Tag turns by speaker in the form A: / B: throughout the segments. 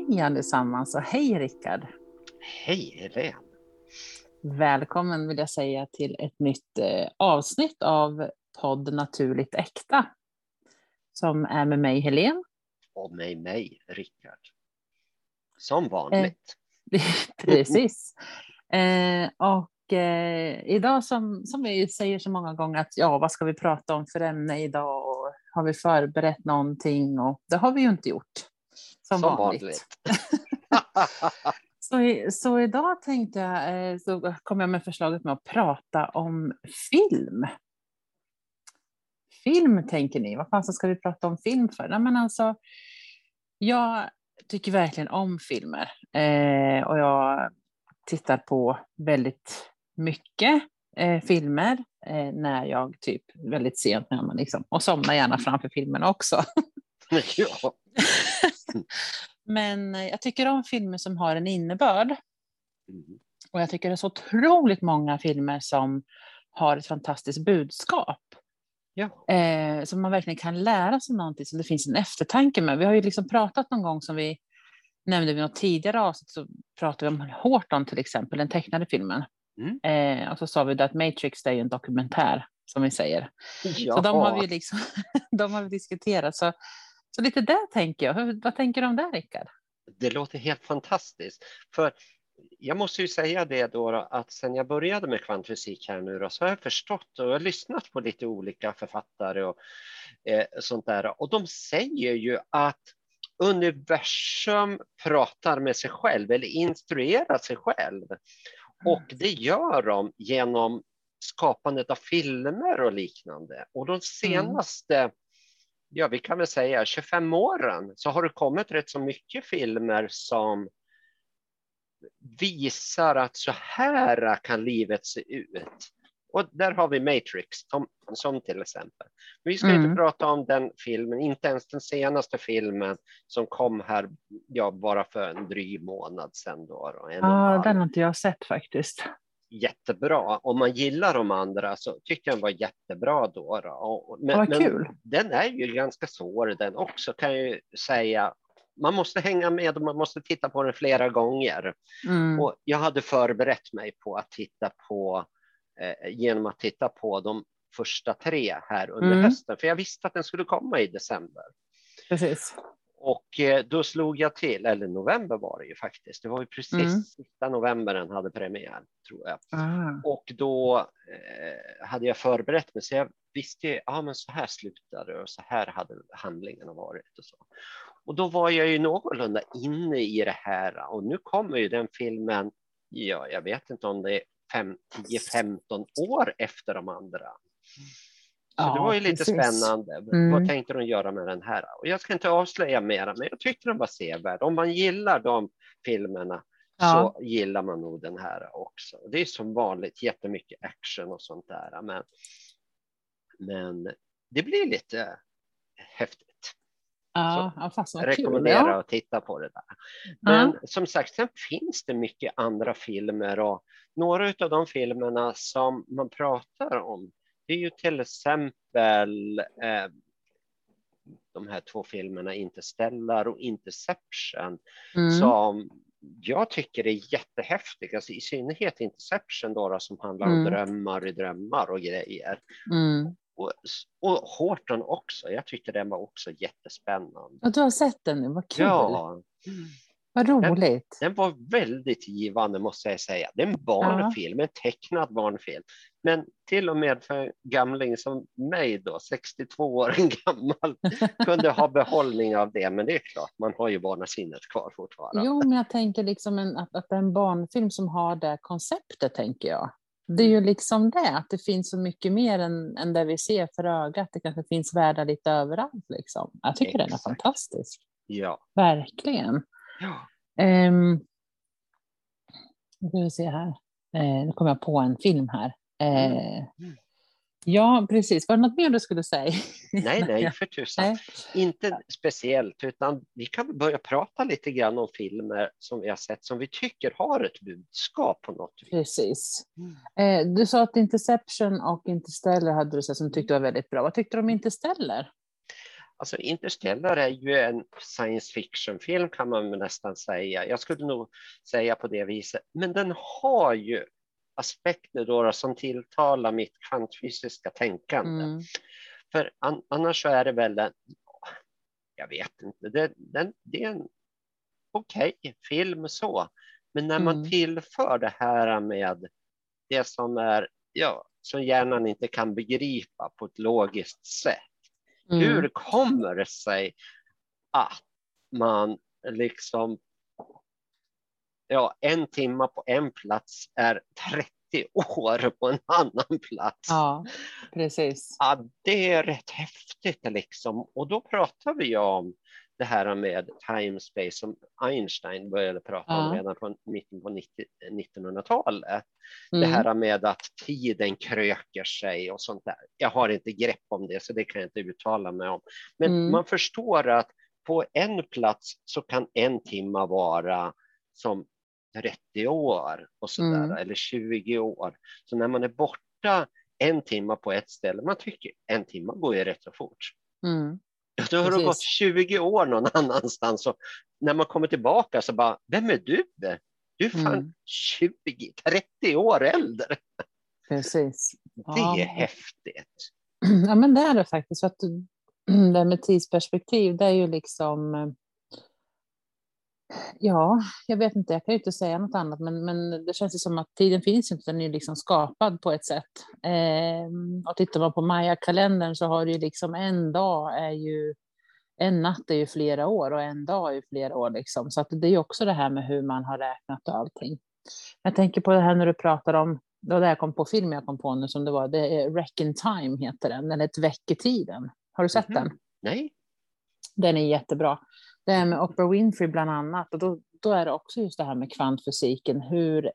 A: Hej allesammans och hej Rickard.
B: Hej Helene.
A: Välkommen vill jag säga till ett nytt avsnitt av podd Naturligt Äkta. Som är med mig Helene.
B: Och med mig Rickard. Som vanligt.
A: Precis. Idag som vi säger så många gånger att vad ska vi prata om för ämne idag? Och har vi förberett någonting? Och det har vi ju inte gjort. Som vanligt. Så idag tänkte jag, så kom jag med förslaget med att prata om film. Film tänker ni, vad fan ska vi prata om film för? Nej, men alltså, jag tycker verkligen om filmer. Och jag tittar på väldigt mycket filmer när jag typ väldigt sent när man liksom, och somnar gärna framför filmen också.
B: Ja.
A: Men jag tycker om filmer som har en innebörd.
B: Mm.
A: Och jag tycker det är så otroligt många filmer som har ett fantastiskt budskap.
B: Ja.
A: Som man verkligen kan lära sig någonting som det finns en eftertanke med. Vi har ju liksom pratat någon gång som vi nämnde vid något tidigare avsnitt, så pratade vi om Horton till exempel, den tecknade filmen. Och så sa vi att Matrix är en dokumentär, som vi säger.
B: Ja.
A: Så de har vi liksom de har vi diskuterat. Så lite där tänker jag. Vad tänker du om det, Rickard?
B: Det låter helt fantastiskt. För jag måste ju säga det då att sen jag började med kvantfysik här nu då, så har jag förstått och jag har lyssnat på lite olika författare och sånt där. Och de säger ju att universum pratar med sig själv eller instruerar sig själv. Och det gör de genom skapandet av filmer och liknande. Och de senaste, vi kan väl säga 25 åren, så har det kommit rätt så mycket filmer som visar att så här kan livet se ut. Och där har vi Matrix som till exempel. Vi ska inte prata om den filmen, inte ens den senaste filmen som kom här bara för en dryg månad sedan.
A: Den har inte jag sett faktiskt.
B: Jättebra. Om man gillar de andra så tycker jag den var jättebra då. Men
A: kul.
B: Den är ju ganska svår den också, kan jag ju säga. Man måste hänga med och man måste titta på den flera gånger. Och jag hade förberett mig på att titta på genom att titta på de första 3 här under hösten. För jag visste att den skulle komma i december.
A: Precis.
B: Och då slog jag till, eller november var det ju faktiskt. Det var ju precis sista november den hade premiär, tror jag. Och då hade jag förberett mig, så jag visste ju, men så här slutade det och så här hade handlingarna varit och så. Och då var jag ju någorlunda inne i det här. Och nu kommer ju den filmen, jag vet inte om det är 10-15 år efter de andra. Så det var ju lite spännande. Vad tänkte de göra med den här? Och jag ska inte avslöja mera, men jag tyckte den var sevärd. Om man gillar de filmerna så gillar man nog den här också. Det är som vanligt jättemycket action och sånt där. Men det blir lite häftigt.
A: Så
B: rekommenderar att titta på det där. Men som sagt, sen finns det mycket andra filmer. Och några av de filmerna som man pratar om, det är ju till exempel de här 2 filmerna Interstellar och Interception som jag tycker är jättehäftiga. Alltså, i synnerhet Interception då, som handlar om drömmar och grejer. Och Horton också. Jag tycker den var också jättespännande.
A: Och du har sett den nu, vad kul.
B: Ja.
A: Vad roligt.
B: Den var väldigt givande, måste jag säga. Det är en barnfilm, en tecknad barnfilm. Men till och med för en gamling som mig då, 62 år gammal, kunde ha behållning av det. Men det är klart, man har ju barnasinnet kvar fortfarande.
A: Jo, men jag tänker liksom att en barnfilm som har det konceptet, tänker jag. Det är ju liksom det, att det finns så mycket mer än det vi ser för ögat. Det kanske finns världar lite överallt. Liksom. Jag tycker den är fantastisk.
B: Ja.
A: Verkligen.
B: Ja.
A: Nu ska vi se här. Nu kommer jag på en film här. Ja, precis. Var det något mer du skulle säga?
B: Nej, för tusan. Inte speciellt, utan vi kan börja prata lite grann om filmer som vi har sett som vi tycker har ett budskap på något vis.
A: Precis. Du sa att Interception och Interstellar hade du sett som tyckte var väldigt bra. Vad tyckte du om Interstellar?
B: Alltså Interstellar är ju en science fiction-film kan man nästan säga. Jag skulle nog säga på det viset. Men den har ju aspekter då som tilltalar mitt kvantfysiska tänkande.
A: Mm.
B: För annars så är det väl jag vet inte, det är en okej film så. Men när man tillför det här med det som är, som hjärnan inte kan begripa på ett logiskt sätt. Hur kommer det sig att man liksom en timme på en plats är 30 år på en annan plats?
A: Ja, precis.
B: Ja, det är rätt häftigt liksom. Och då pratar vi om det här med time space som Einstein började prata om redan på mitten på 1900-talet. Det här med att tiden kröker sig och sånt där. Jag har inte grepp om det så det kan jag inte uttala mig om. Men man förstår att på en plats så kan en timme vara som 30 år och sådär, eller 20 år. Så när man är borta en timme på ett ställe, man tycker en timme går ju rätt så fort. Då har det gått 20 år någon annanstans och när man kommer tillbaka så bara, vem är du? Du är fan 20-30 år äldre.
A: Precis.
B: Det är häftigt.
A: Ja, men det är det faktiskt. För att det med tidsperspektiv, det är ju liksom... Ja, jag vet inte, jag kan ju inte säga något annat, men det känns ju som att tiden finns inte, den är liksom skapad på ett sätt. Och tittar man på Maya-kalendern så har det ju liksom en natt är ju flera år och en dag är ju flera år liksom. Så att det är ju också det här med hur man har räknat och allting. Jag tänker på det här när du pratar om, det var det jag kom på, film jag kom på nu som det var, det är Wreck in Time heter den, eller Ett väck i tiden. Har du sett den?
B: Nej.
A: Den är jättebra. Det är med Oprah Winfrey bland annat. Och då är det också just det här med kvantfysiken. Hur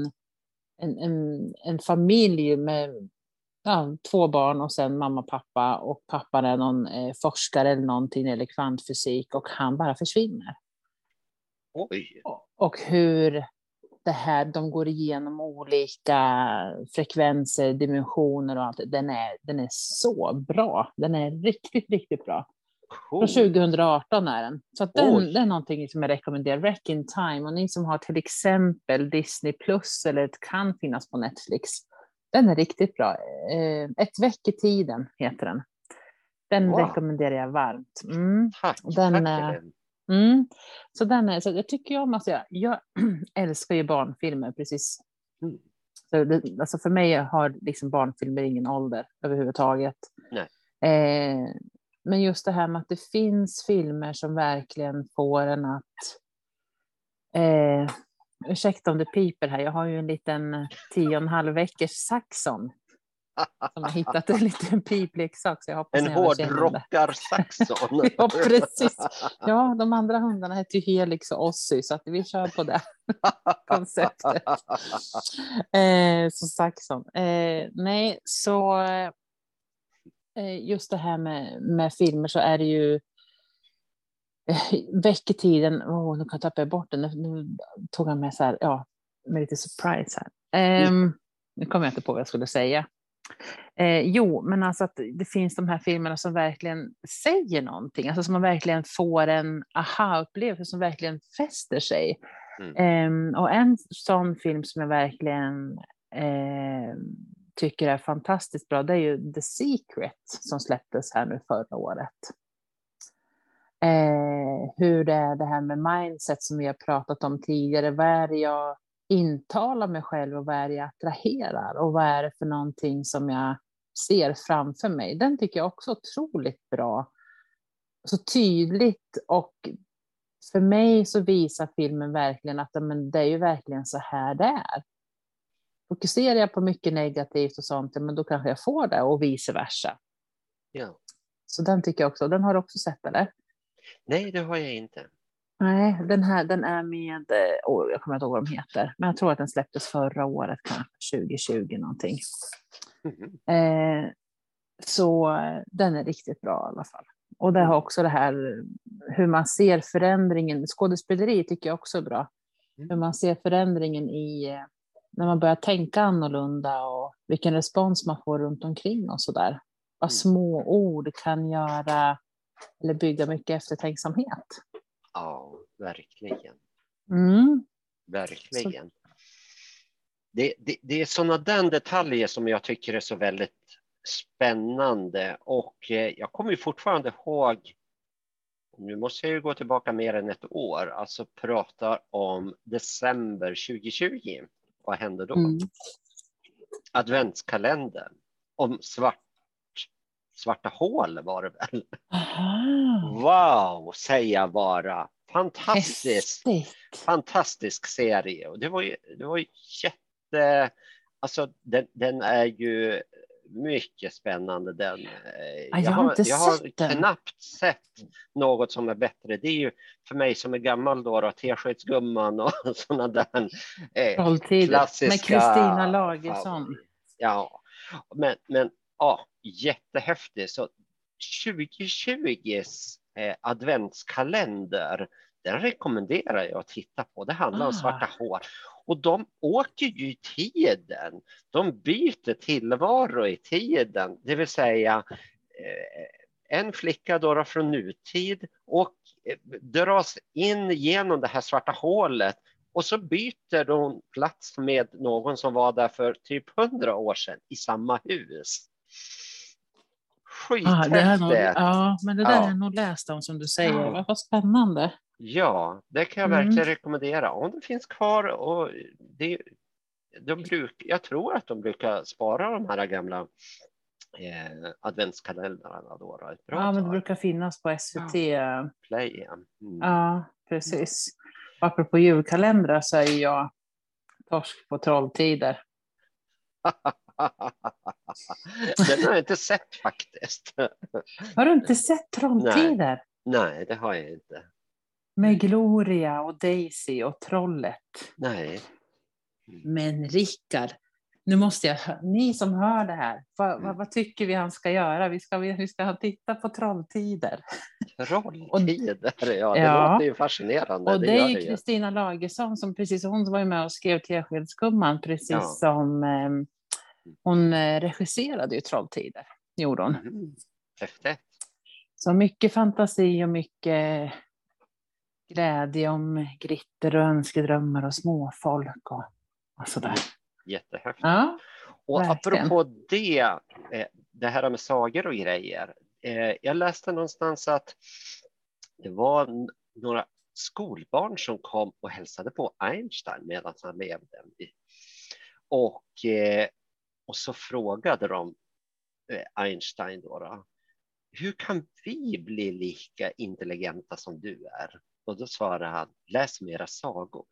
A: en familj med 2 barn och sen mamma och pappa. Och pappan är någon forskare eller någonting eller kvantfysik. Och han bara försvinner.
B: Oj.
A: Och hur det här, de går igenom olika frekvenser, dimensioner och allt. Den är så bra. Den är riktigt, riktigt bra. Cool. Från 2018 är den. Så att det är någonting som jag rekommenderar. Wreck in Time. Och ni som har till exempel Disney Plus eller det kan finnas på Netflix. Den är riktigt bra. Ett väck i tiden heter den. Den rekommenderar jag varmt.
B: Tack.
A: Så den är, så jag tycker om, alltså jag älskar ju barnfilmer precis. Så alltså för mig har liksom barnfilmer ingen ålder överhuvudtaget.
B: Nej.
A: Men just det här med att det finns filmer som verkligen får en att... ursäkta om det piper här. Jag har ju en liten 10,5 veckors Saxon. Som har hittat en liten pipleksak. Så jag hoppas
B: en hårdrockar Saxon.
A: Ja, precis. Ja, de andra hundarna heter ju Helix och Ossi. Så att vi kör på det konceptet. Så Saxon. Nej, så... just det här med filmer så är det ju väck i tiden, nu kan jag tappa bort den, nu tog han med så här, med lite surprise här. Nu kommer jag inte på vad jag skulle säga. Jo, men alltså att det finns de här filmerna som verkligen säger någonting, alltså som man verkligen får en aha-upplevelse som verkligen fäster sig. Och en sån film som jag verkligen tycker är fantastiskt bra, det är ju The Secret som släpptes här nu förra året. Hur det är det här med mindset som vi har pratat om tidigare. Vad är det jag intalar mig själv och vad är det jag attraherar och vad är det för någonting som jag ser framför mig. Den tycker jag också är otroligt bra. Så tydligt, och för mig så visar filmen verkligen att det är ju verkligen så här det är. Fokuserar jag på mycket negativt och sånt, men då kanske jag får det och vice versa.
B: Ja.
A: Så den tycker jag också. Den har du också sett, eller?
B: Nej, det har jag inte.
A: Nej, den är med, jag kommer inte ihåg vad de heter, men jag tror att den släpptes förra året, kanske 2020 någonting. Så den är riktigt bra i alla fall. Och det har också det här hur man ser förändringen, skådespeleri tycker jag också är bra. Hur man ser förändringen i när man börjar tänka annorlunda och vilken respons man får runt omkring och sådär. Vad små ord kan göra eller bygga mycket eftertänksamhet.
B: Ja, verkligen. Verkligen. Det är sådana där detaljer som jag tycker är så väldigt spännande. Och jag kommer ju fortfarande ihåg, nu måste jag ju gå tillbaka mer än ett år, alltså pratar om december 2020. Vad hände då? Adventskalendern om svarta hål var det väl?
A: Aha.
B: Wow, säger jag bara. Fantastiskt.
A: Häftigt.
B: Fantastisk serie. Och det var ju jätte... Alltså den är ju mycket spännande. Jag har knappt sett något som är bättre. Det är ju för mig som är gammal då Teskedsgumman och sådana där klassiska...
A: Med Kristina Lagersson.
B: Ja, men ja, jättehäftigt. Så 2020s adventskalender, den rekommenderar jag att titta på. Det handlar om svarta hål. Och de åker ju i tiden. De byter tillvaro i tiden. Det vill säga en flicka då från nutid och dras in genom det här svarta hålet. Och så byter hon plats med någon som var där för typ 100 år sedan i samma hus. Skithäftigt.
A: Ja, men det där har jag nog läst om som du säger. Vad spännande.
B: Ja, det kan jag verkligen rekommendera. Om det finns kvar. Och jag tror att de brukar spara de här gamla adventskalendrarna.
A: Ja, men det brukar finnas på SVT.
B: Play.
A: Ja, precis. Apropå julkalendrar så är jag torsk på Trolltider.
B: Den har jag inte sett faktiskt.
A: Har du inte sett Trolltider?
B: Nej, det har jag inte.
A: Med Gloria och Daisy och trollet.
B: Nej.
A: Men Rickard, nu måste ni som hör det här, vad tycker vi han ska göra? Vi ska titta på Trolltider.
B: Trolltider, det låter ju fascinerande.
A: Och det är ju Kristina Lagersson som hon var ju med och skrev Teskedsgumman, precis som hon regisserade ju Trolltider, gjorde hon.
B: Häftigt.
A: Så mycket fantasi och mycket glädje om glitter och önskedrömmar och småfolk och sådär.
B: Jättehäftigt.
A: Ja,
B: och
A: verkligen.
B: Apropå det här med sagor och grejer. Jag läste någonstans att det var några skolbarn som kom och hälsade på Einstein medan han levde. Och så frågade de Einstein då, hur kan vi bli lika intelligenta som du är? Och då svarade han, läs mera sagor.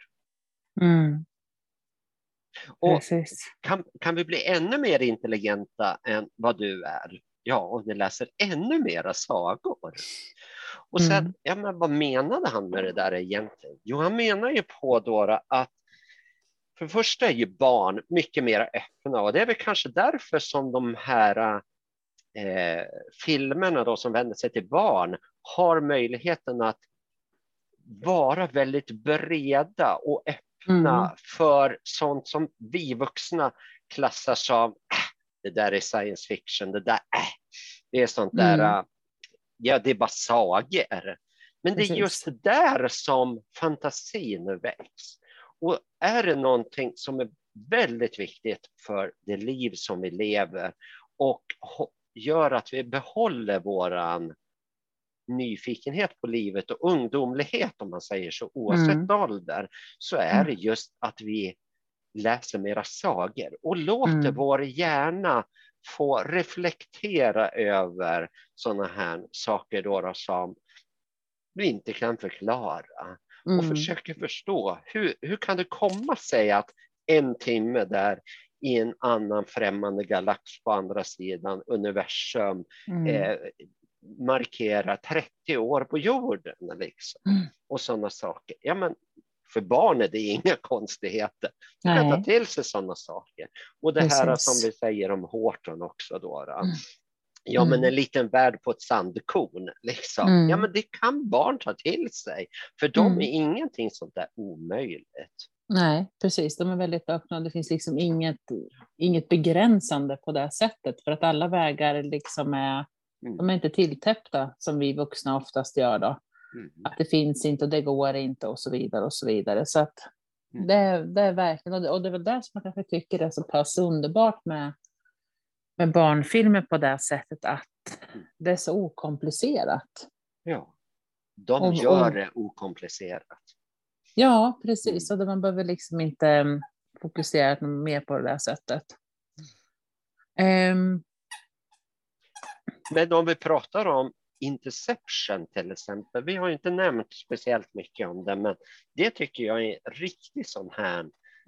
B: Och kan vi bli ännu mer intelligenta än vad du är? Ja, och ni läser ännu mera sagor. Och sen, men vad menade han med det där egentligen? Jo, han menar ju på då att för det första är ju barn mycket mer öppna, och det är väl kanske därför som de här filmerna då som vänder sig till barn har möjligheten att vara väldigt breda och öppna för sånt som vi vuxna klassar som det där är science fiction, det är sånt där, det är bara sagor. Men det är just där som fantasin väcks. Och är det någonting som är väldigt viktigt för det liv som vi lever och gör att vi behåller våran nyfikenhet på livet och ungdomlighet, om man säger så, oavsett ålder, så är det just att vi läser mera sagor och låter vår hjärna få reflektera över sådana här saker då som vi inte kan förklara. Och försöker förstå hur kan det komma sig att en timme där i en annan främmande galax på andra sidan universum markerar 30 år på jorden liksom. Och sådana saker. Ja, men för barn är det inga konstigheter. Du kan ta till sig sådana saker. Och det här som vi säger om Horton också då. Ja, men en liten värld på ett sandkorn liksom. Ja, men det kan barn ta till sig. För de är ingenting sånt där omöjligt.
A: Nej, precis. De är väldigt öppna. Det finns liksom inget begränsande på det sättet. För att alla vägar liksom är De är inte tilltäppta som vi vuxna oftast gör då. Att det finns inte och det går inte och så vidare och så vidare. Så att det är verkligen, och det är väl det som man kanske tycker är så pass underbart med barnfilmer på det sättet, att det är så okomplicerat.
B: Ja, de gör det okomplicerat.
A: Ja, precis. Och man behöver liksom inte fokusera mer på det där sättet.
B: Men om vi pratar om Interception till exempel, vi har ju inte nämnt speciellt mycket om det, men det tycker jag är en riktigt sån här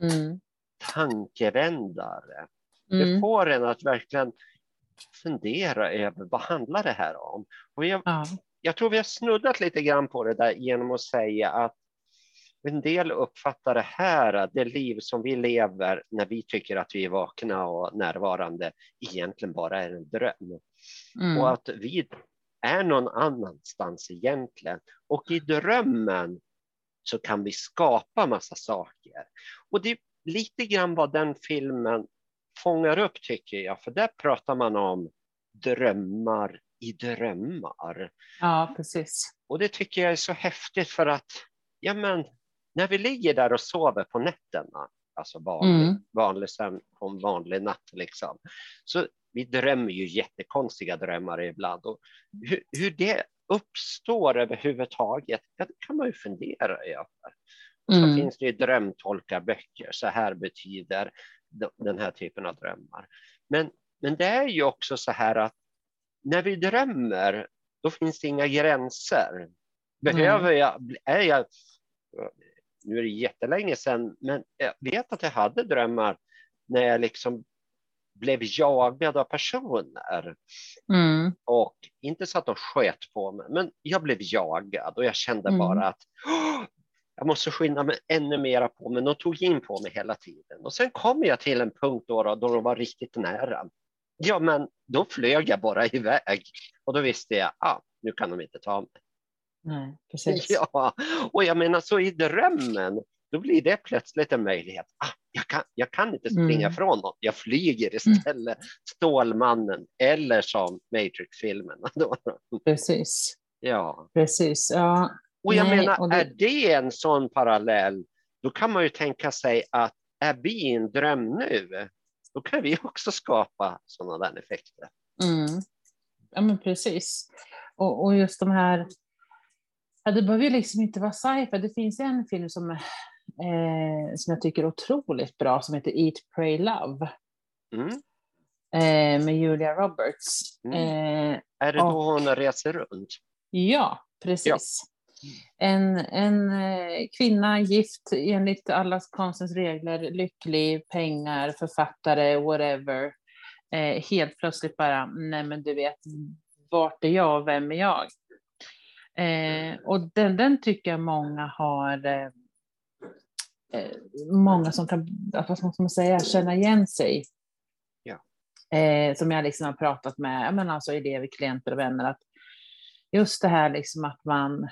B: tankevändare. Det får en att verkligen fundera över vad handlar det här om. Och jag tror vi har snuddat lite grann på det där genom att säga att en del uppfattar det här, det liv som vi lever när vi tycker att vi är vakna och närvarande, egentligen bara är en dröm. Och att vi är någon annanstans egentligen. Och i drömmen så kan vi skapa massa saker. Och det är lite grann vad den filmen fångar upp, tycker jag. För där pratar man om drömmar i drömmar.
A: Ja, precis.
B: Och det tycker jag är så häftigt, för att när vi ligger där och sover på nätterna, alltså vanlig sömn på en vanlig natt liksom, så vi drömmer ju jättekonstiga drömmar ibland. Och hur det uppstår överhuvudtaget, det kan man ju fundera över. Och så finns det ju drömtolkarböcker. Så här betyder den här typen av drömmar. Men det är ju också så här att när vi drömmer, då finns det inga gränser. Nu är det jättelänge sedan, men jag vet att jag hade drömmar när jag liksom blev jagad av personer. Och inte så att de sköt på mig, men jag blev jagad och jag kände bara att jag måste skynda mig ännu mera på mig. De tog in på mig hela tiden. Och sen kom jag till en punkt då de var riktigt nära. Ja, men då flög jag bara iväg. Och då visste jag, nu kan de inte ta mig.
A: Nej, precis.
B: Ja, och jag menar så i drömmen, då blir det plötsligt en möjlighet. Jag kan inte springa från något. Jag flyger istället. Stålmannen, eller som Matrix-filmen.
A: Precis.
B: Ja.
A: Precis, ja.
B: Och jag menar, är det en sån parallell, då kan man ju tänka sig att är vi i en dröm nu, då kan vi också skapa sådana där effekter.
A: Ja, men precis. Och just de här, det behöver ju liksom inte vara sci-fi. Det finns en film som jag tycker är otroligt bra, som heter Eat, Pray, Love. Med Julia Roberts.
B: Är det då hon reser runt?
A: Ja, precis. Ja. En kvinna, gift enligt alla konstens regler, lycklig, pengar, författare, whatever. Helt plötsligt bara, nej men du vet, vart är jag och vem är jag? Och den tycker jag många har, många som kan, vad ska man säga, känna igen sig.
B: Ja.
A: Som jag liksom har pratat med, men alltså elever, klienter och vänner, att just det här liksom att man,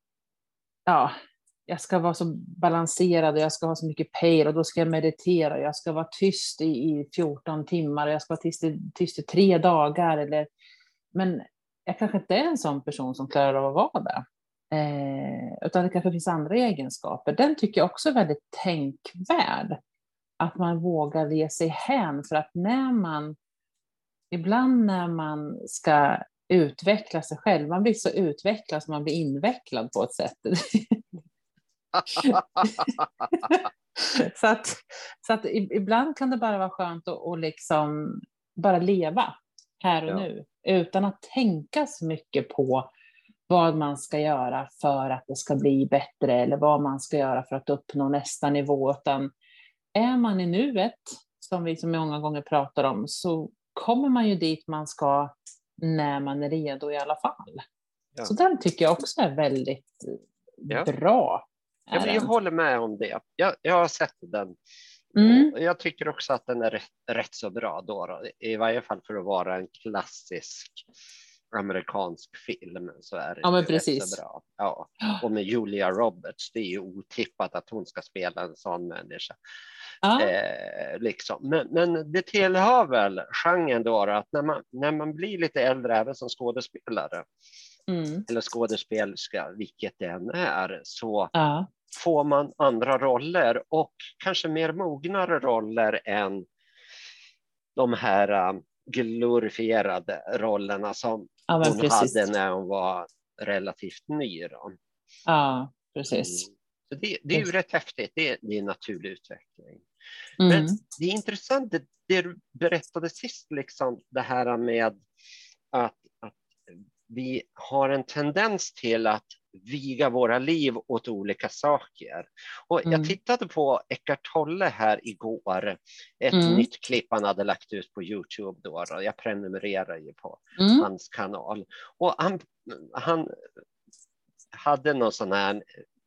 A: jag ska vara så balanserad och jag ska ha så mycket pejl och då ska jag meditera och jag ska vara tyst i 14 timmar och jag ska vara tyst i 3 dagar. Men jag kanske inte är en sån person som klarar av att vara det. Utan det kanske finns andra egenskaper. Den tycker jag också är väldigt tänkvärd. Att man vågar ge sig hän. För att ibland när man ska utveckla sig själv, man blir så utvecklad som man blir invecklad på ett sätt. så att ibland kan det bara vara skönt att liksom bara leva här och nu, utan att tänka så mycket på vad man ska göra för att det ska bli bättre eller vad man ska göra för att uppnå nästa nivå. Utan är man i nuet, som vi så många gånger pratar om, så kommer man ju dit man ska när man är redo i alla fall. Ja. Så den tycker jag också är väldigt bra.
B: Ja, men jag håller med om det. Jag har sett den. Jag tycker också att den är rätt så bra då. I varje fall för att vara en klassisk amerikansk film så är det
A: men
B: ju rätt så bra. Ja. Och med Julia Roberts, det är ju otippat att hon ska spela en sån människa. Liksom. Men det tillhör väl genren då att när man blir lite äldre även som skådespelare eller skådespelerska, vilket det än är, så får man andra roller och kanske mer mognare roller än de här glorifierade rollerna som hon hade när hon var relativt ny. Då.
A: Ja, precis.
B: Så det är ju rätt häftigt, det är en naturlig utveckling. Men det är intressant det du berättade sist, liksom, det här med att vi har en tendens till att viga våra liv åt olika saker. Och jag tittade på Eckart Tolle här igår, ett nytt klipp han hade lagt ut på YouTube då. Jag prenumererar ju på hans kanal. Och han hade någon sån här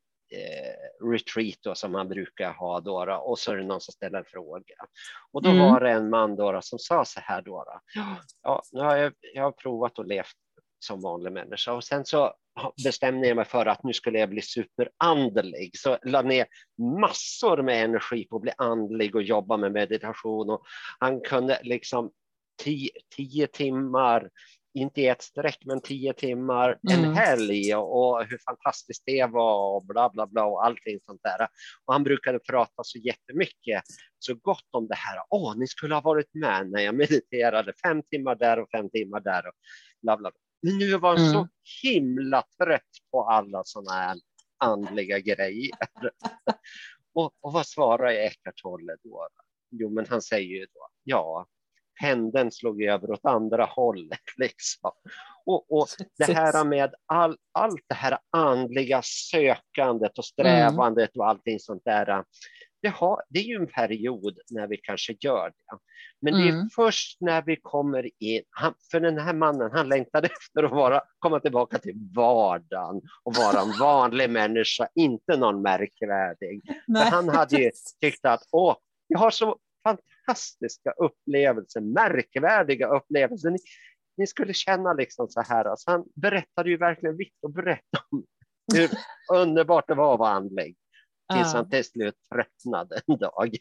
B: retreat då, som han brukar ha då, och så är det någon som ställer en fråga. Och då var det en man då som sa så här då. Ja, nu har jag provat och levt som vanlig människa och sen så bestämde jag mig för att nu skulle jag bli superandlig, så la ner massor med energi på att bli andlig och jobba med meditation, och han kunde liksom 10 timmar, inte i ett streck men 10 timmar en helg, och hur fantastiskt det var och bla bla bla och allting sånt där. Och han brukade prata så jättemycket, så gott om det här. Ni skulle ha varit med när jag mediterade 5 timmar där och 5 timmar där och bla bla bla. Men nu var han så himla trött på alla såna här andliga grejer. och vad svarar jag Eckart Tolle då? Jo, men han säger ju då, pendeln slog över åt andra hållet liksom. Och det här med allt det här andliga sökandet och strävandet och allting sånt där, det är ju en period när vi kanske gör det. Men det är först när vi kommer in, för den här mannen, han längtade efter att komma tillbaka till vardagen och vara en vanlig människa, inte någon märkvärdig. För han hade ju tyckt att jag har så fantastiska upplevelser, märkvärdiga upplevelser. Ni skulle känna liksom så här. Alltså han berättade ju verkligen vitt och brett om hur underbart det var att vara andlig. Tills han till slut tröttnade en dag.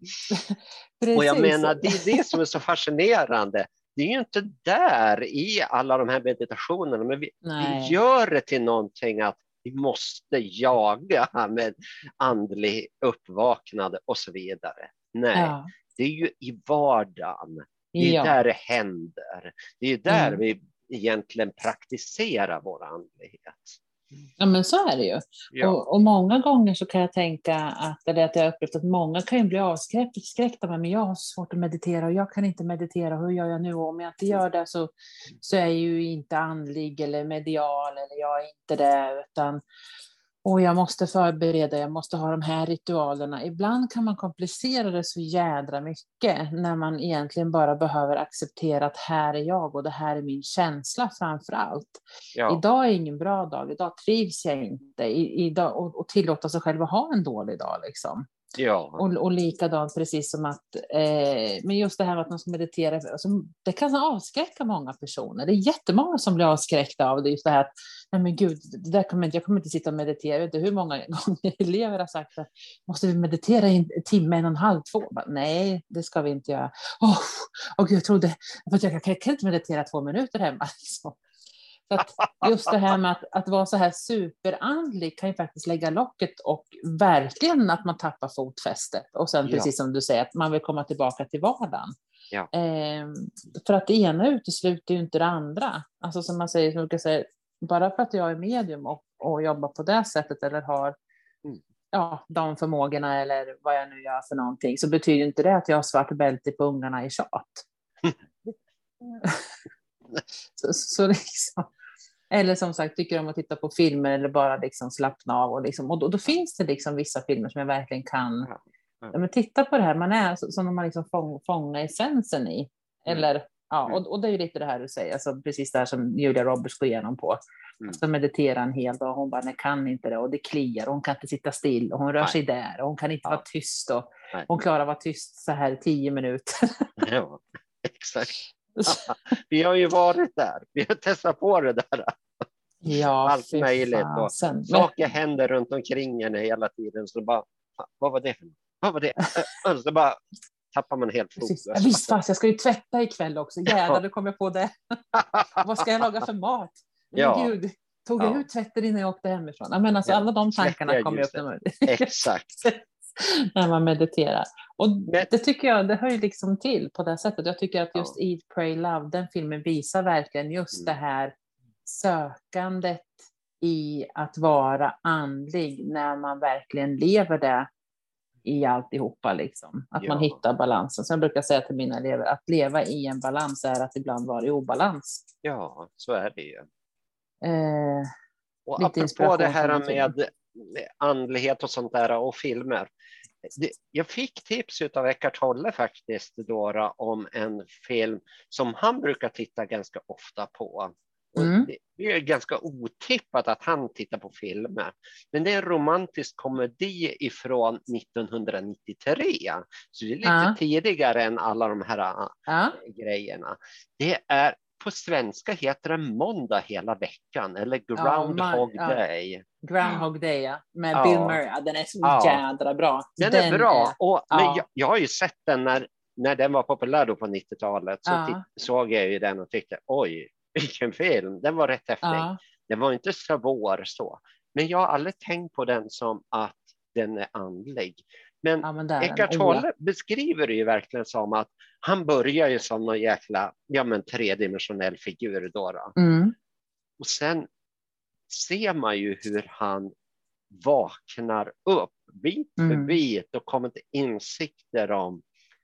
B: Och jag menar, det är det som är så fascinerande. Det är ju inte där i alla de här meditationerna, men vi gör det till någonting att vi måste jaga med andlig uppvaknande och så vidare. Nej, det är ju i vardagen. Det är där det händer. Det är där vi egentligen praktiserar vår andlighet.
A: Ja, men så är det ju. Ja. Och många gånger så kan jag tänka att jag har upplevt att många kan ju bli avskräckta, men jag har svårt att meditera och jag kan inte meditera. Hur gör jag nu? Och om jag inte gör det så är jag ju inte andlig eller medial, eller jag är inte det, utan jag måste förbereda, jag måste ha de här ritualerna. Ibland kan man komplicera det så jädra mycket när man egentligen bara behöver acceptera att här är jag och det här är min känsla framför allt. Ja. Idag är ingen bra dag, idag trivs jag inte. Idag, och tillåta sig själv att ha en dålig dag liksom. Ja. Och likadant precis som att, men just det här att man ska meditera, alltså, det kan avskräcka många personer. Det är jättemånga som blir avskräckta av det, just det här att, nej men gud, jag kommer inte sitta och meditera. Jag vet inte hur många gånger elever har sagt att måste vi meditera i en timme, 1,5, 2? Nej, det ska vi inte göra. Gud, jag trodde, för jag kan inte meditera 2 minuter hemma liksom. Så att just det här med att vara så här superandlig kan ju faktiskt lägga locket, och verkligen att man tappar fotfästet. Och sen precis som du säger, att man vill komma tillbaka till vardagen. Ja. För att det ena utesluter ju inte det andra. Alltså som man säger, som jag säger, bara för att jag är medium och jobbar på det sättet eller har de förmågorna eller vad jag nu gör för någonting, så betyder inte det att jag har svart bälte på ungarna i tjat. så liksom. Eller som sagt, tycker om att titta på filmer eller bara liksom slappna av. Och då finns det liksom vissa filmer som jag verkligen kan men titta på det här. Man är som om man liksom fångar essensen i. Eller, och det är ju lite det här du säger. Alltså, precis det här som Julia Roberts går igenom på. Så meditera en hel dag. Hon bara, nej, kan inte det. Och det kliar. Hon kan inte sitta still. Och hon rör sig där. Och hon kan inte vara tyst. Och hon klarar att vara tyst så här 10 minuter.
B: Ja, exakt. Vi har ju varit där. Vi har testat på det där.
A: Ja,
B: allt möjligt. Och saker
A: Men
B: händer runt omkring en hela tiden. Så bara, vad var det? Vad var det? Och så bara tappar man helt fokus.
A: Ja, visst fast, jag ska ju tvätta ikväll också. Jävlar, nu kommer jag på det. Vad ska jag laga för mat?
B: Ja.
A: Men gud, tog jag ut tvätten innan jag åkte hemifrån? Men alltså, alla de tankarna kommer upp när
B: Exakt.
A: när man mediterar. Och det tycker jag, det hör ju liksom till på det sättet. Jag tycker att just Eat, Pray, Love, den filmen visar verkligen just det här sökandet i att vara andlig när man verkligen lever det i alltihopa liksom. Att man hittar balansen. Så jag brukar säga till mina elever att leva i en balans är att ibland vara i obalans.
B: Ja, så är det ju. Och
A: lite
B: apropå det här med andlighet och sånt där och filmer. Jag fick tips av Eckart Tolle faktiskt då, om en film som han brukar titta ganska ofta på. Och det är ganska otippat att han tittar på filmer. Men det är en romantisk komedi ifrån 1993. Så det är lite tidigare än alla de här grejerna. Det är, på svenska heter det Måndag hela veckan. Eller Groundhog Day.
A: Groundhog Day, ja. Med Bill Murray. Den är så jädra bra.
B: Den är bra. Men jag har ju sett den när den var populär då på 90-talet. Så såg jag ju den och tyckte, oj, vilken film. Den var rätt häftig. Den var inte svår så. Men jag har aldrig tänkt på den som att den är andlig. Men Eckart Tolle beskriver det ju verkligen som att han börjar ju som någon jäkla tredimensionell figur då. Och sen ser man ju hur han vaknar upp bit för bit och kommer till insikter om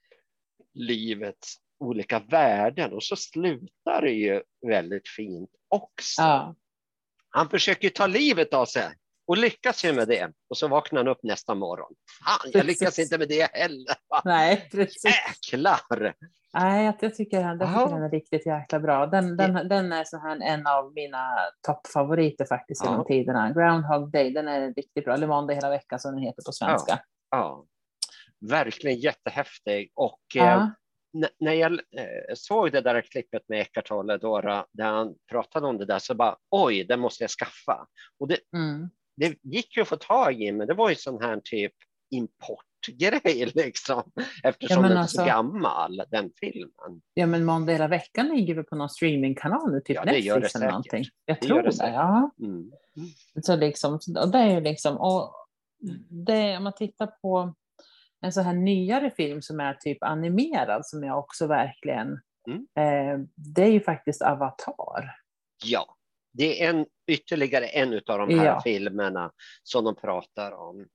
B: livets olika värden, och så slutar det ju väldigt fint också. Han försöker ta livet av sig och lyckas ju med det, och så vaknar han upp nästa morgon. Fan, jag lyckas inte med det heller.
A: Nej, precis.
B: Jäklar!
A: Nej, jag tycker den är riktigt jäkla bra. Den är så här en av mina toppfavoriter faktiskt genom tiderna. Groundhog Day, den är riktigt bra. Eller Måndag hela veckan som den heter på svenska.
B: Ja. Verkligen jättehäftig. Och när jag såg det där klippet med Eckart Tolle då, där han pratade om det där, så bara, oj, det måste jag skaffa. Och det gick ju att få tag i, men det var ju sån här typ importgrej liksom, eftersom den är så gammal, den filmen.
A: Ja, men Måndag hela veckan ligger väl på någon streamingkanal nu, typ Netflix eller någonting. Jag tror det, Så liksom, och det är ju liksom, och det, om man tittar på en så här nyare film som är typ animerad, som jag också verkligen det är ju faktiskt Avatar.
B: Ja, det är ytterligare en av de här filmerna som de pratar om.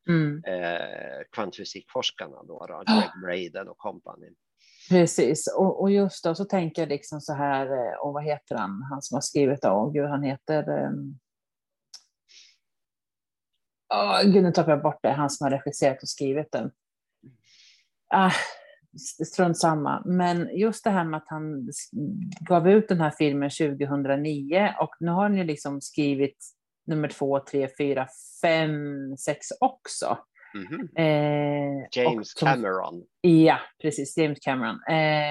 B: Kvantfysikforskarna då, Greg Braden och company.
A: Precis, och just då så tänker jag liksom så här, och vad heter han som har skrivit han heter gud, nu tappar jag bort det, han som har regisserat och skrivit den. Strunt samma. Men just det här med att han gav ut den här filmen 2009, och nu har han ju liksom skrivit nummer 2, 3, 4, 5, 6 också.
B: James Cameron.
A: Ja, precis, James Cameron.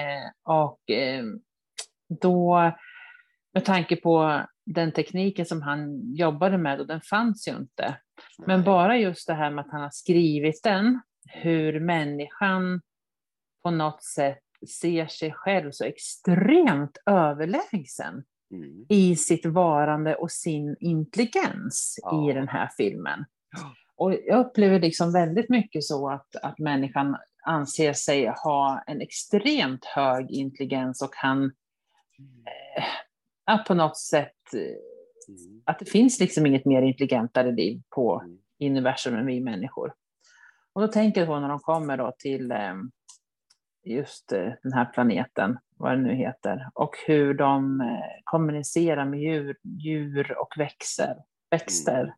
A: Då, med tanke på den tekniken som han jobbade med, och den fanns ju inte. Men bara just det här med att han har skrivit den, hur människan på något sätt ser sig själv så extremt överlägsen i sitt varande och sin intelligens i den här filmen. Och jag upplever liksom väldigt mycket så att människan anser sig ha en extremt hög intelligens och kan på något sätt att det finns liksom inget mer intelligentare liv på universum än vi människor. Och då tänker jag på när de kommer då till just den här planeten, vad det nu heter, och hur de kommunicerar med djur och växter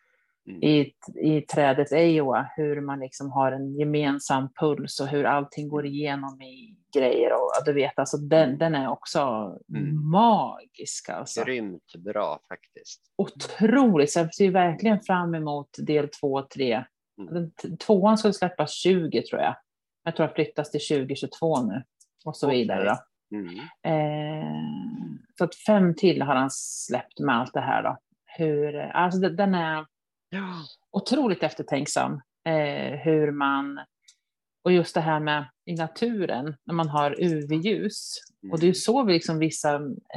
A: i trädet Iowa, hur man liksom har en gemensam puls och hur allting går igenom i grejer, och du vet, alltså den är också magisk alltså.
B: Grymt bra faktiskt.
A: Otroligt, så jag ser verkligen fram emot del 2 och 3. 2:an skulle släppas 20 tror jag. Jag tror att flyttas till 2022 nu och så vidare då. Så att 5 till har han släppt med allt det här då. Alltså den är otroligt eftertänksam. Hur man, och just det här med i naturen, när man har UV-ljus. Och det är ju så vi liksom vissa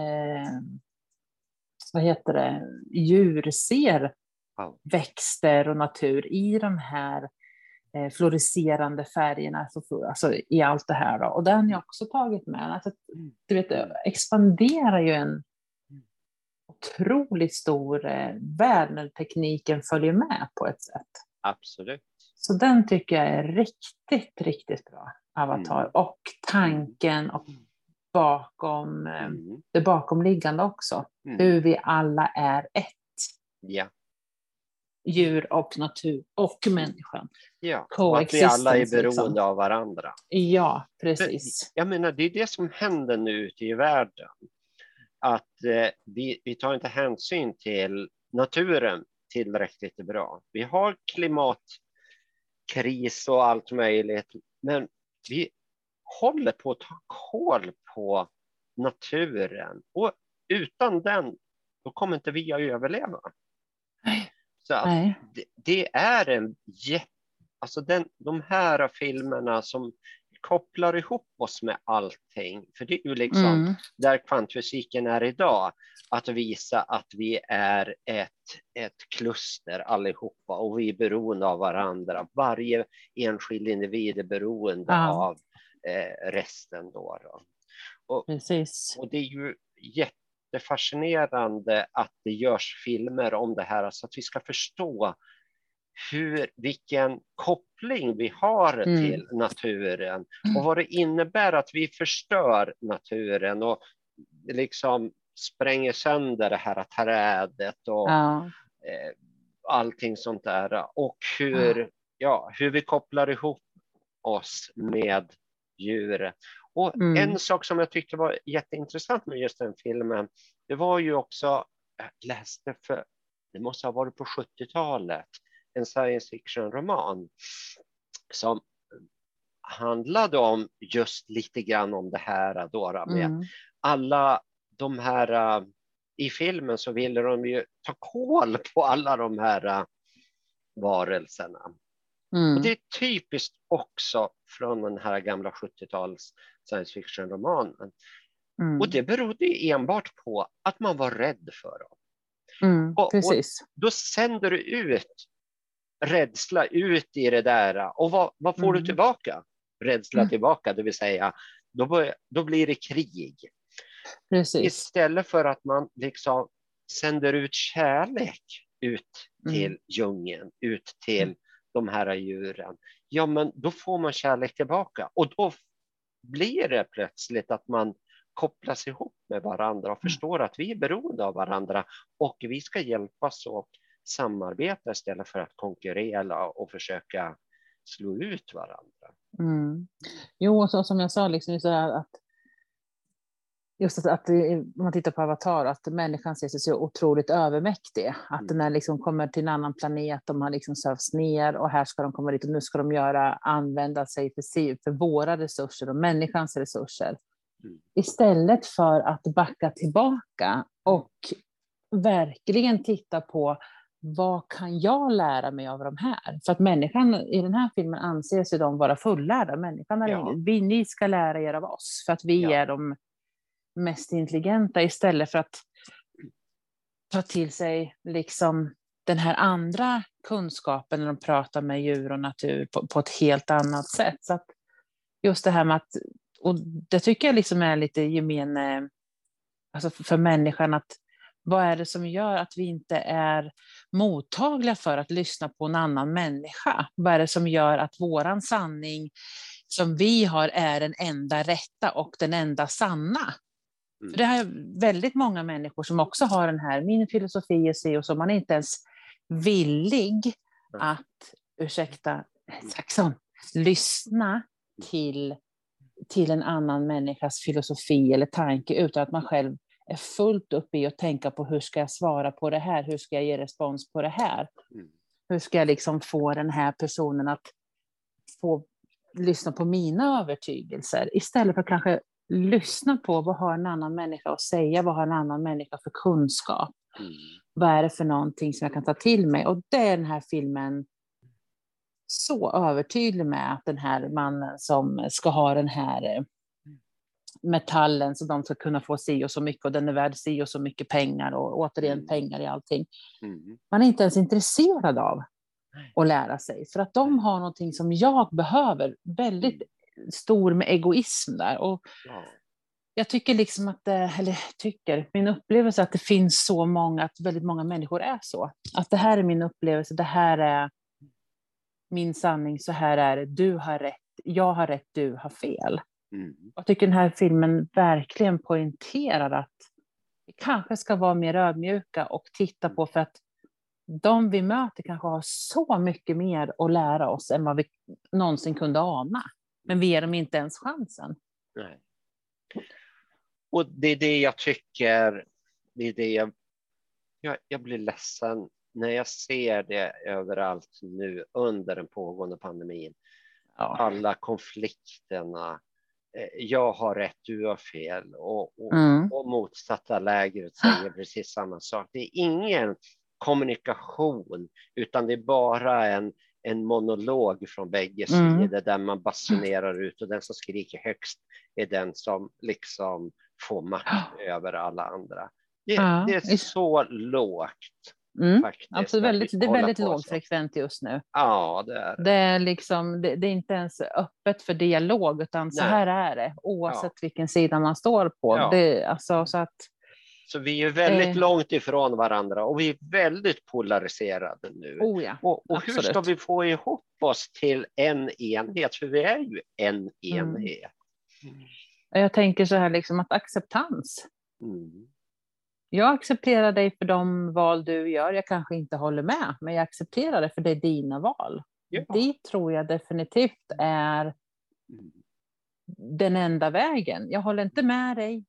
A: djur ser växter och natur i de här fluorescerande färgerna, alltså i allt det här då. Och den har jag också tagit med. Alltså, du vet, expanderar ju en otroligt stor värld när tekniken följer med på ett sätt.
B: Absolut.
A: Så den tycker jag är riktigt, riktigt bra, Avatar. Och tanken och bakom det bakomliggande också. Hur vi alla är ett.
B: Ja.
A: Djur och natur och människan.
B: Ja, och att vi alla är beroende av varandra.
A: Ja, precis.
B: Jag menar, det är det som händer nu ute i världen. Att vi tar inte hänsyn till naturen tillräckligt bra. Vi har klimatkris och allt möjligt. Men vi håller på att ta koll på naturen. Och utan den, då kommer inte vi att överleva. Så att det är alltså de här filmerna som kopplar ihop oss med allting. För det är ju liksom där kvantfysiken är idag. Att visa att vi är ett kluster allihopa och vi är beroende av varandra. Varje enskild individ är beroende av resten då.
A: Precis.
B: Och det är ju jättefascinerande att det görs filmer om det här så att vi ska förstå vilken koppling vi har till naturen och vad det innebär att vi förstör naturen och liksom spränger sönder det här trädet och allting sånt där och hur vi kopplar ihop oss med djur. Och en sak som jag tyckte var jätteintressant med just den filmen, det var ju också, jag läste det måste ha varit på 70-talet, en science fiction-roman som handlade om just lite grann om det här då med alla de här i filmen så ville de ju ta koll på alla de här varelserna. Och det är typiskt också från den här gamla 70-tals science fiction-romanen. Och det berodde enbart på att man var rädd för dem.
A: Precis.
B: Och då sänder du ut rädsla ut i det där. Och vad får du tillbaka? Rädsla tillbaka, det vill säga då blir det krig.
A: Precis.
B: Istället för att man liksom sänder ut kärlek ut till djungeln, ut till de här djuren. Ja, men då får man kärlek tillbaka. Och då blir det plötsligt att man kopplas ihop med varandra och förstår att vi är beroende av varandra och vi ska hjälpas och samarbeta istället för att konkurrera och försöka slå ut varandra.
A: Jo, så som jag sa, liksom, så att just att om man tittar på Avatar, att människan ser sig så otroligt övermäktig. Att när liksom kommer till en annan planet, de har liksom sövts ner och här ska de komma dit och nu ska de använda sig för våra resurser och människans resurser. Istället för att backa tillbaka och verkligen titta på vad kan jag lära mig av de här? För att människan i den här filmen anser sig de vara fullärda. Människan ni ska lära er av oss för att vi är de mest intelligenta, istället för att ta till sig liksom den här andra kunskapen när de pratar med djur och natur på ett helt annat sätt. Så att just det här med att, och det tycker jag liksom är lite alltså för människan, att vad är det som gör att vi inte är mottagliga för att lyssna på en annan människa? Vad är det som gör att våran sanning som vi har är den enda rätta och den enda sanna? För det är väldigt många människor som också har den här, min filosofi är så, och så man är inte ens villig att, lyssna till en annan människas filosofi eller tanke, utan att man själv är fullt upp i att tänka på hur ska jag svara på det här, hur ska jag ge respons på det här, hur ska jag liksom få den här personen att få lyssna på mina övertygelser, istället för kanske lyssna på vad har en annan människa att säga, vad har en annan människa för kunskap. Vad är det för någonting som jag kan ta till mig? Och det är den här filmen så övertydlig med, att den här mannen som ska ha den här metallen så de ska kunna få si och så mycket, och den är värd si och så mycket pengar, och återigen pengar i allting. Man är inte ens intresserad av att lära sig, för att de har någonting som jag behöver, väldigt stor med egoism där. Och jag tycker liksom att min upplevelse att det finns så många, att väldigt många människor är så, att det här är min upplevelse, det här är min sanning, så här är det, du har rätt, jag har rätt, du har fel. Jag tycker den här filmen verkligen poängterar att vi kanske ska vara mer ödmjuka och titta på, för att de vi möter kanske har så mycket mer att lära oss än vad vi någonsin kunde ana. Men vi ger dem inte ens chansen.
B: Nej. Och det är det jag tycker, det är det jag blir ledsen när jag ser det överallt nu under den pågående pandemin. Ja. Alla konflikterna. Jag har rätt, du har fel. Och motsatta lägret säger precis samma sak. Det är ingen kommunikation, utan det är bara en monolog från bägge sidor där man basunerar ut, och den som skriker högst är den som liksom får makt över alla andra. Det är så lågt. Faktiskt,
A: absolut, det är väldigt lågfrekvent just nu.
B: Ja,
A: det är liksom, det är inte ens öppet för dialog, utan så här är det, oavsett vilken sida man står på. Ja.
B: Så vi är väldigt långt ifrån varandra, och vi är väldigt polariserade nu. Och hur ska vi få ihop oss till en enhet? För vi är ju en enhet.
A: Jag tänker så här liksom, att acceptans. Jag accepterar dig för de val du gör. Jag kanske inte håller med, men jag accepterar det för det är dina val. Ja. Det tror jag definitivt är den enda vägen. Jag håller inte med dig.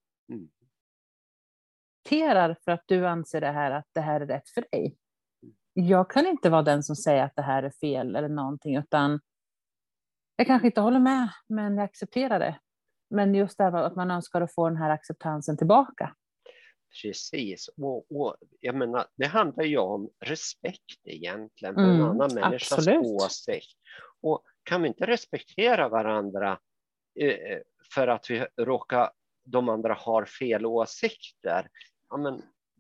A: Accepterar för att du anser att det här är rätt för dig. Jag kan inte vara den som säger att det här är fel eller någonting, utan jag kanske inte håller med, men jag accepterar det. Men just det här att man önskar att få den här acceptansen tillbaka.
B: Precis, och jag menar, det handlar ju om respekt egentligen för en annan människas åsikt. Och kan vi inte respektera varandra för att de andra har fel åsikter, ja, men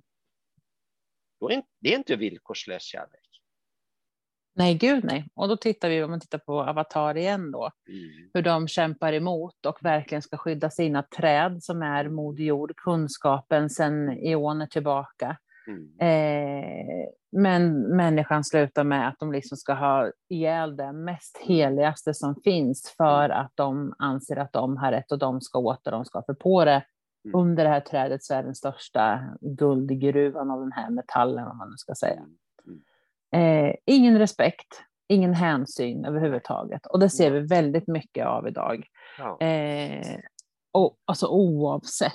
B: då är det inte villkorslös kärlek.
A: Nej, gud nej. Och då om man tittar på Avatar igen då, hur de kämpar emot och verkligen ska skydda sina träd som är Moder Jord, kunskapen sedan eoner tillbaka. Men människan slutar med att de liksom ska ha ihjäl det mest heligaste som finns, för att de anser att de har rätt och de ska åt och de ska för på det. Under det här trädet så är den största guldgruvan av den här metallen, om man nu ska säga. Ingen respekt, ingen hänsyn överhuvudtaget. Och det ser vi väldigt mycket av idag. Ja. Och, alltså oavsett.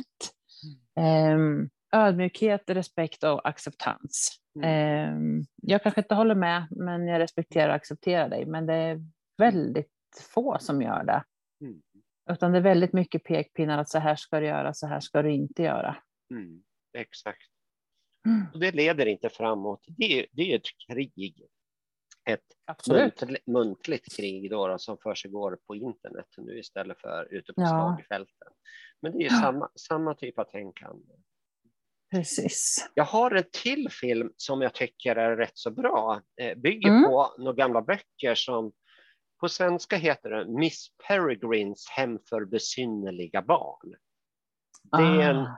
A: Ödmjukhet, respekt och acceptans. Jag kanske inte håller med, men jag respekterar och accepterar dig. Men det är väldigt få som gör det. Utan det är väldigt mycket pekpinnar att så här ska du göra, så här ska du inte göra.
B: Exakt. Och det leder inte framåt. Det är ett krig. Ett muntligt krig då, som försiggår på internet nu istället för ute på slagfälten. Men det är samma typ av tänkande.
A: Precis.
B: Jag har en till film som jag tycker är rätt så bra. Bygger på några gamla böcker som på svenska heter det Miss Peregrines hem för besynnerliga barn. Det är en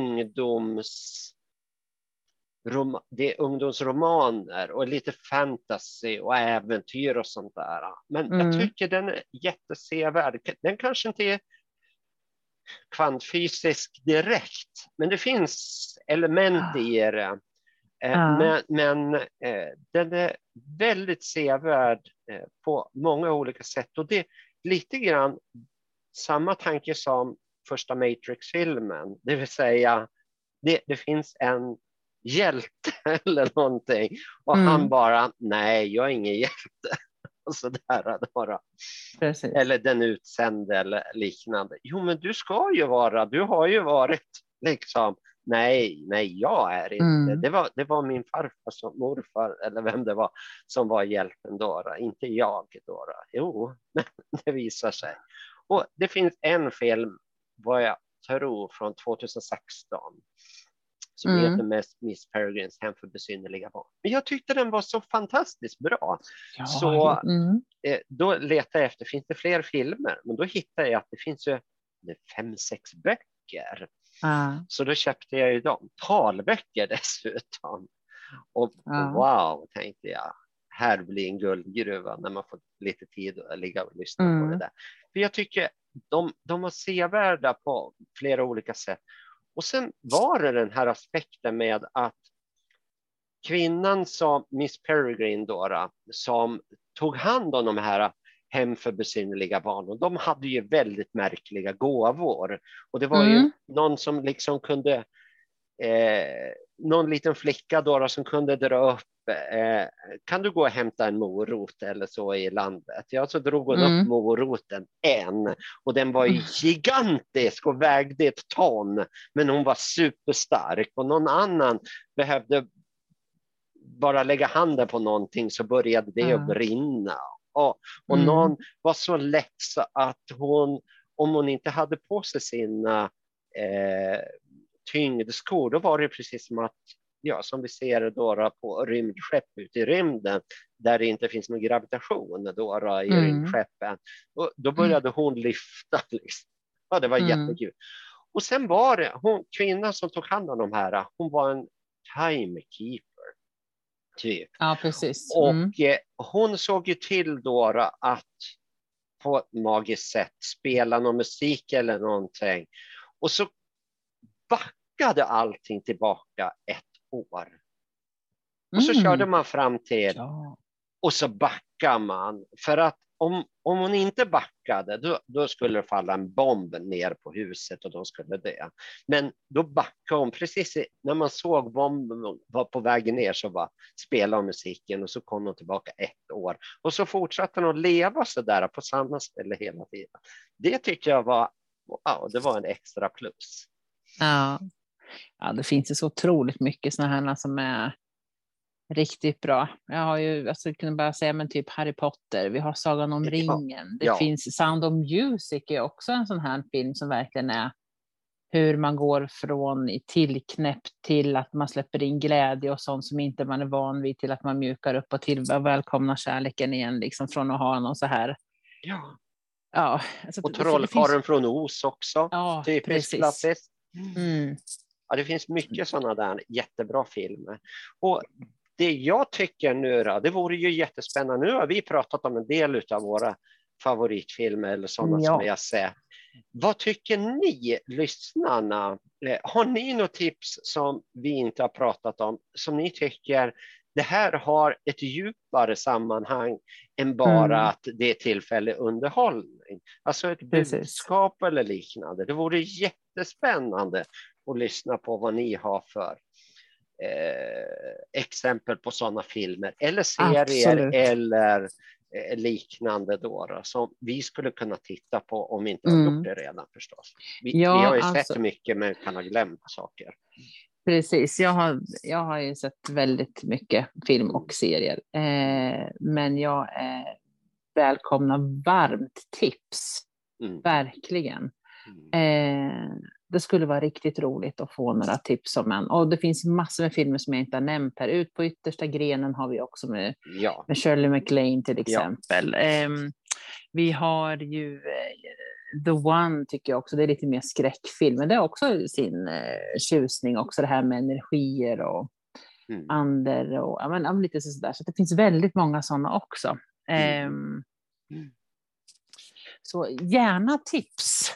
B: det är ungdomsromaner och lite fantasy och äventyr och sånt där. Men jag tycker den är jättesevärd. Den kanske inte är kvantfysisk direkt, men det finns element i det. Men den är väldigt sevärd på många olika sätt. Och det är lite grann samma tanke som första Matrix-filmen. Det vill säga, det finns en hjälte eller någonting. Och han bara, nej, jag är ingen hjälte. och sådär.
A: Precis.
B: Eller den utsände eller liknande. Jo, men du har ju varit liksom, nej, jag är inte. Det var min farfar som morfar, eller vem det var, som var hjälten då, inte jag då. Jo, men det visar sig. Och det finns en film, vad jag tror, från 2016 som heter Miss Peregrines hem för besynnerliga barn. Men jag tyckte den var så fantastiskt bra.
A: Ja,
B: så då letade jag efter, finns det fler filmer? Men då hittade jag att det finns ju 5-6 böcker. Så då köpte jag ju dem. Talböcker dessutom. Och wow, tänkte jag. Här blir en guldgruva när man får lite tid att ligga och lyssna på det där. För jag tycker de var sevärda på flera olika sätt. Och sen var det den här aspekten med att kvinnan som Miss Peregrine då, som tog hand om de här hem för besynnerliga barn, och de hade ju väldigt märkliga gåvor. Och det var ju någon som liksom kunde, någon liten flicka då som kunde dra upp, kan du gå och hämta en morot eller så i landet? Ja, så drog hon upp moroten och den var gigantisk och vägde 1 ton, men hon var superstark, och någon annan behövde bara lägga handen på någonting så började det att brinna. Och någon var så lätt så att hon, om hon inte hade på sig sina tyngdskor, då var det precis som att, ja, som vi ser då på rymdskepp ute i rymden, där det inte finns någon gravitation då i rymdskeppen. Och då började hon lyfta. Liksom. Ja, det var jättekul. Och sen var det kvinnan som tog hand om de här, hon var en timekeeper. Typ.
A: Ja, precis.
B: Och hon såg ju till då att på ett magiskt sätt spela någon musik eller någonting. Och så backade allting tillbaka 1 år. Och så körde man fram till och så backade man. För att om hon inte backade, då skulle det falla en bomb ner på huset och då skulle det. Men då backade hon precis när man såg bomben var på väg ner, så var spelade musiken och så kom hon tillbaka 1 år. Och så fortsatte hon att leva så där på samma ställe hela tiden. Det tycker jag var, det var en extra plus.
A: Ja, det finns ju så otroligt mycket sådana här som är riktigt bra. Jag har ju, alltså, kunde bara säga, men typ Harry Potter, vi har Sagan om ringen, det finns Sound of Music är också en sån här film som verkligen är hur man går från tillknäppt till att man släpper in glädje och sånt som inte man är van vid, till att man mjukar upp och till att välkomna kärleken igen, liksom från att ha någon så här. Ja, alltså,
B: och Trollkarlen från Oz också. Typiskt klassiskt. Ja, det finns mycket sådana där jättebra filmer. Och det jag tycker nu då, det vore ju jättespännande. Nu har vi pratat om en del av våra favoritfilmer eller sådana som vi har sett. Vad tycker ni, lyssnarna? Har ni något tips som vi inte har pratat om, som ni tycker det här har ett djupare sammanhang än bara att det är tillfällig underhållning? Alltså ett budskap eller liknande. Det vore jättespännande att lyssna på vad ni har för exempel på sådana filmer eller serier eller liknande då, som vi skulle kunna titta på om vi inte har gjort det redan förstås. Vi har ju sett mycket men kan ha glömt saker.
A: Precis, jag har ju sett väldigt mycket film och serier, men jag välkomnar varmt tips, verkligen. Det skulle vara riktigt roligt att få några tips om en. Och det finns massor med filmer som jag inte har nämnt här. Ut på yttersta grenen har vi också med Shirley MacLaine till exempel. Vi har ju The One tycker jag också. Det är lite mer skräckfilm. Men det är också sin tjusning också. Det här med energier och ander och lite sådär. Så det finns väldigt många sådana också. Så gärna tips.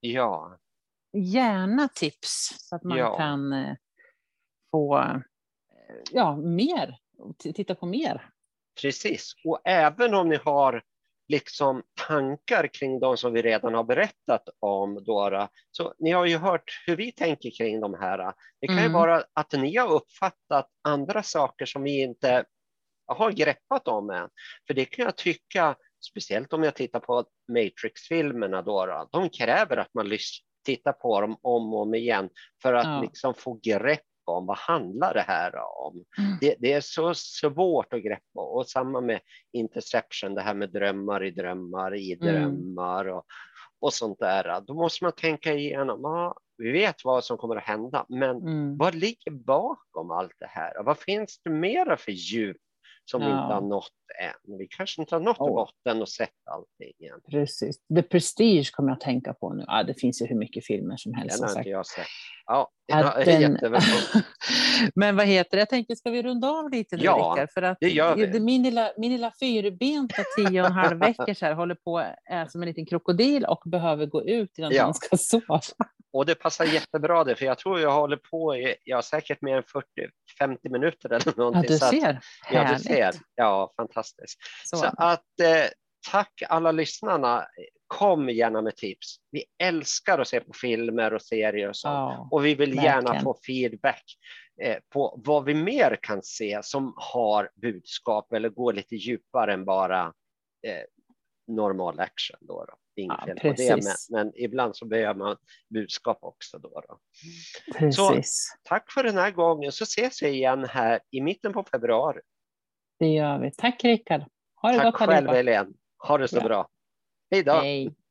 A: Gärna tips så att man kan få mer, titta på mer.
B: Precis, och även om ni har liksom tankar kring de som vi redan har berättat om, Dora, så ni har ju hört hur vi tänker kring de här. Det kan ju vara att ni har uppfattat andra saker som vi inte har greppat om än. För det kan jag tycka, speciellt om jag tittar på Matrix-filmerna då, de kräver att man tittar på dem om och om igen för att liksom få grepp om vad handlar det här om. Det är så svårt att greppa, och samma med Interception, det här med drömmar i drömmar i drömmar och sånt där. Då måste man tänka igenom, vi vet vad som kommer att hända, men vad ligger bakom allt det här? Vad finns det mera för djup som vi inte har nått än? Vi kanske inte har nått i botten och sett allting igen.
A: Precis. The Prestige kommer jag att tänka på nu. Det finns ju hur mycket filmer som helst.
B: Den har inte jag sett. Det är jättebra.
A: Men vad heter det? Jag tänker, ska vi runda av lite nu, Rickard? För att
B: det gör vi.
A: Min lilla fyrbenta 10,5 veckor så här, håller på som en liten krokodil och behöver gå ut innan han ska sova.
B: Och det passar jättebra det, för jag tror jag håller på säkert mer än 40-50 minuter eller någonting.
A: Ja, du ser.
B: Du ser. Ja, fantastiskt. Så att tack alla lyssnarna. Kom gärna med tips. Vi älskar att se på filmer och serier och så. Och vi vill gärna få feedback på vad vi mer kan se som har budskap eller går lite djupare än bara normal action då. Inget fel på det, men ibland så behöver man budskap också då.
A: Precis.
B: Så tack för den här gången, så ses vi igen här i mitten på februari.
A: Det gör vi. Tack Rickard. Ha det
B: tack
A: gott.
B: Tack själv Helene. Ha det så bra. Hej då.
A: Hej.